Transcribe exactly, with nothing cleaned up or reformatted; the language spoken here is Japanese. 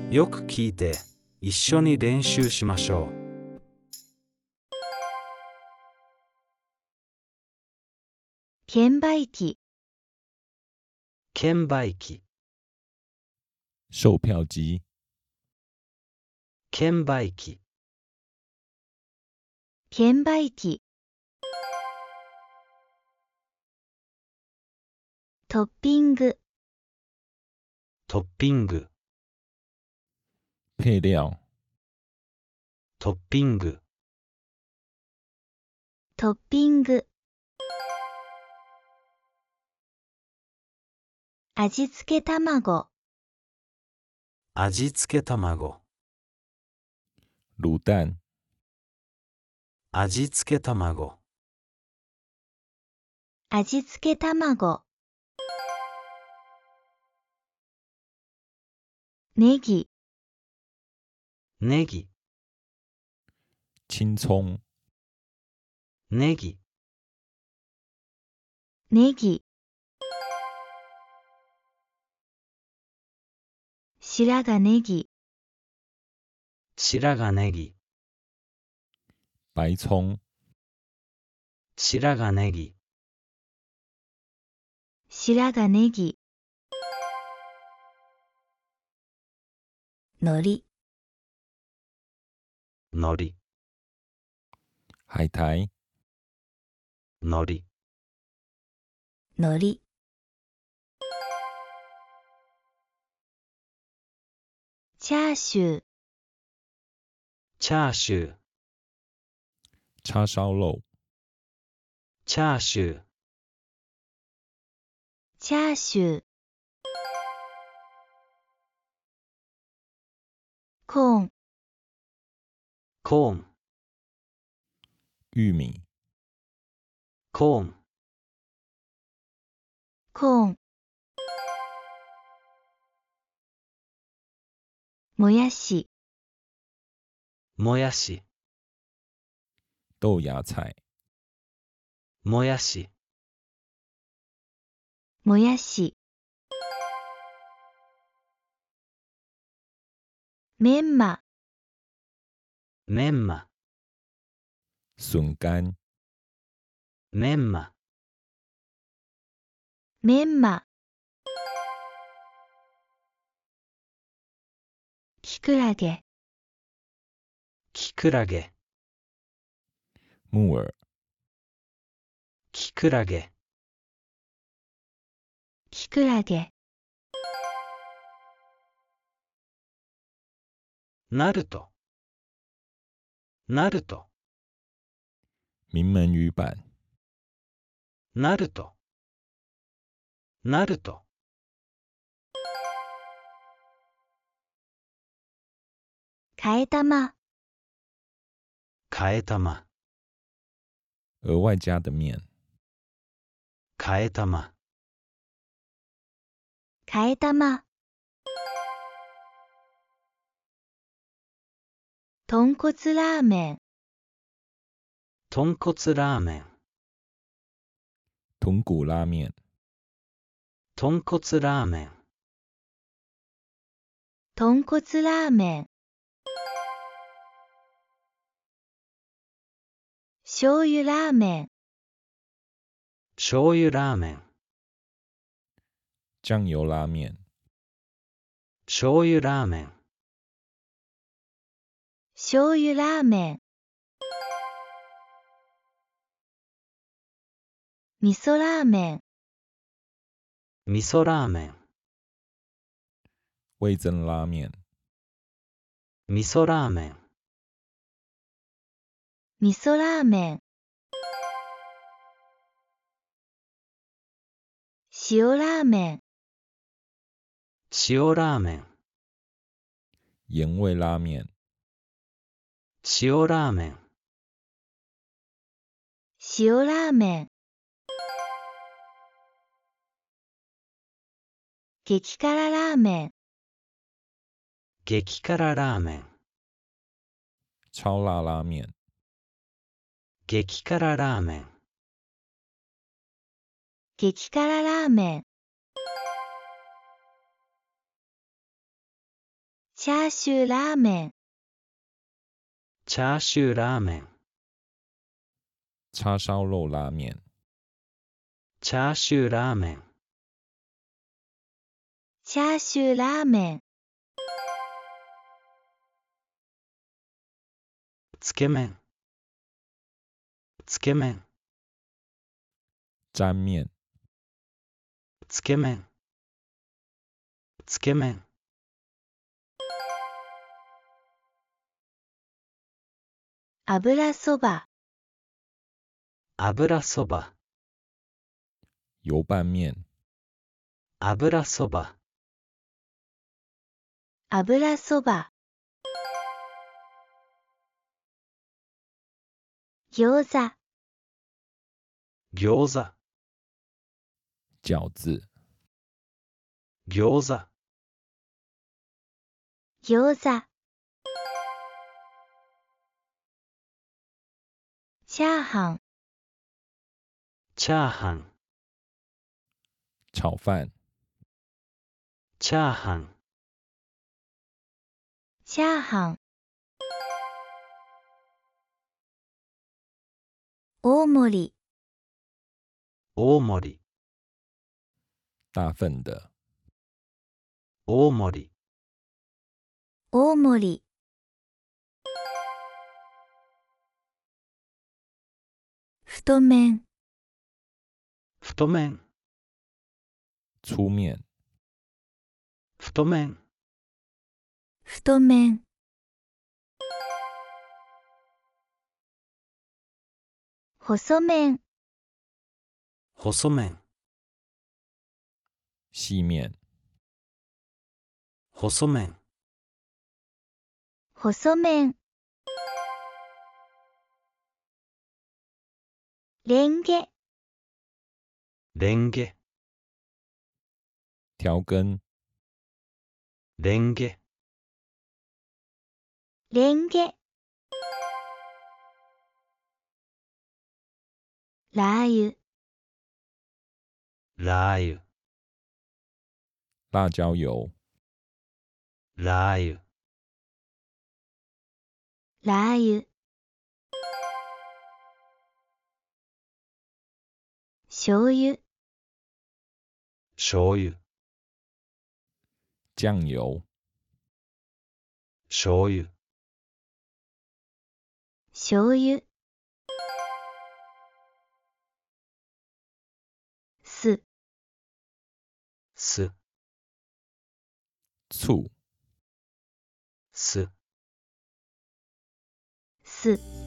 よく聞いて、一緒に練習しましょう。 券売機、 券売機、 售票機、 券売機、 券売機。トッピング、 トッピング、 配料、 トッピング、 トッピング。味付け卵、 味付け卵、 卤蛋、 味付け卵、 味付け卵。ネギ、 ネギ、 青葱、 ネギ、 ネギ。白髪ネギ、 白髪ネギ、 白葱、 白髪ネギ、 白髪ネギ。海苔、 海苔、 海苔、 海苔、 海苔。チャーシュー、 チャーシュー、 叉燒肉、 チャーシュー、 チャーシュー。コーン、 コーン、 玉米、 コーン、 コーン。もやし、 もやし、 豆芽菜、 もやし、 もやし。メンマ、 メンマ、 筍乾、 メンマ、 メンマ。きくらげ、 きくらげ、 木耳、 きくらげ、 きくらげ。 ナルト、ナルト、 名门鱼板、 ナルト、ナルト。 替え玉、 替え玉、 額外加的面、 替え玉、 替え玉。豚骨ラーメン、 豚骨ラーメン、 豚骨拉面、 豚骨ラーメン、 豚骨ラーメン。醤油ラーメン、 醤油ラーメン、 酱油拉面、 醤油ラーメン、 醤油ラーメン。味噌ラーメン、 味噌ラーメン、 味噌拉面、 味噌ラーメン、 味噌ラーメン。塩ラーメン、 塩ラーメン、 盐味拉面、 塩ラーメン、 塩ラーメン。激辛ラーメン、 激辛ラーメン、 超辣拉面、 激辛ラーメン、 激辛ラーメン。 チャーシューラーメン。 チャーシューラーメン。 叉烧肉拉面。 チャーシューラーメン。 チャーシューラーメン。 つけ麺。つけ麺。 沾面。 つけ麺。つけ麺。 油そば。 油そば。 油拌面。 油そば。 油そば。餃子。 餃子。 饺子。 餃子。 餃子。チャーハン。 チャーハン。 炒饭。 チャーハン。 チャーハン。大盛り。 大盛り。 大份的。 大盛り。 大盛り。太麺。 太麺。 粗面。 太麺。 太麺。細麺。 細麺。 细面。 細麺。 細麺。レンゲ。 レンゲ。 调羹。 レンゲ。 レンゲ。ラー油。 ラー油。 辣椒油。 ラー油。 ラー油。醤油。 醤油。 酱油。 醤油。 醤油。酢。 酢。 醋。 酢。 酢。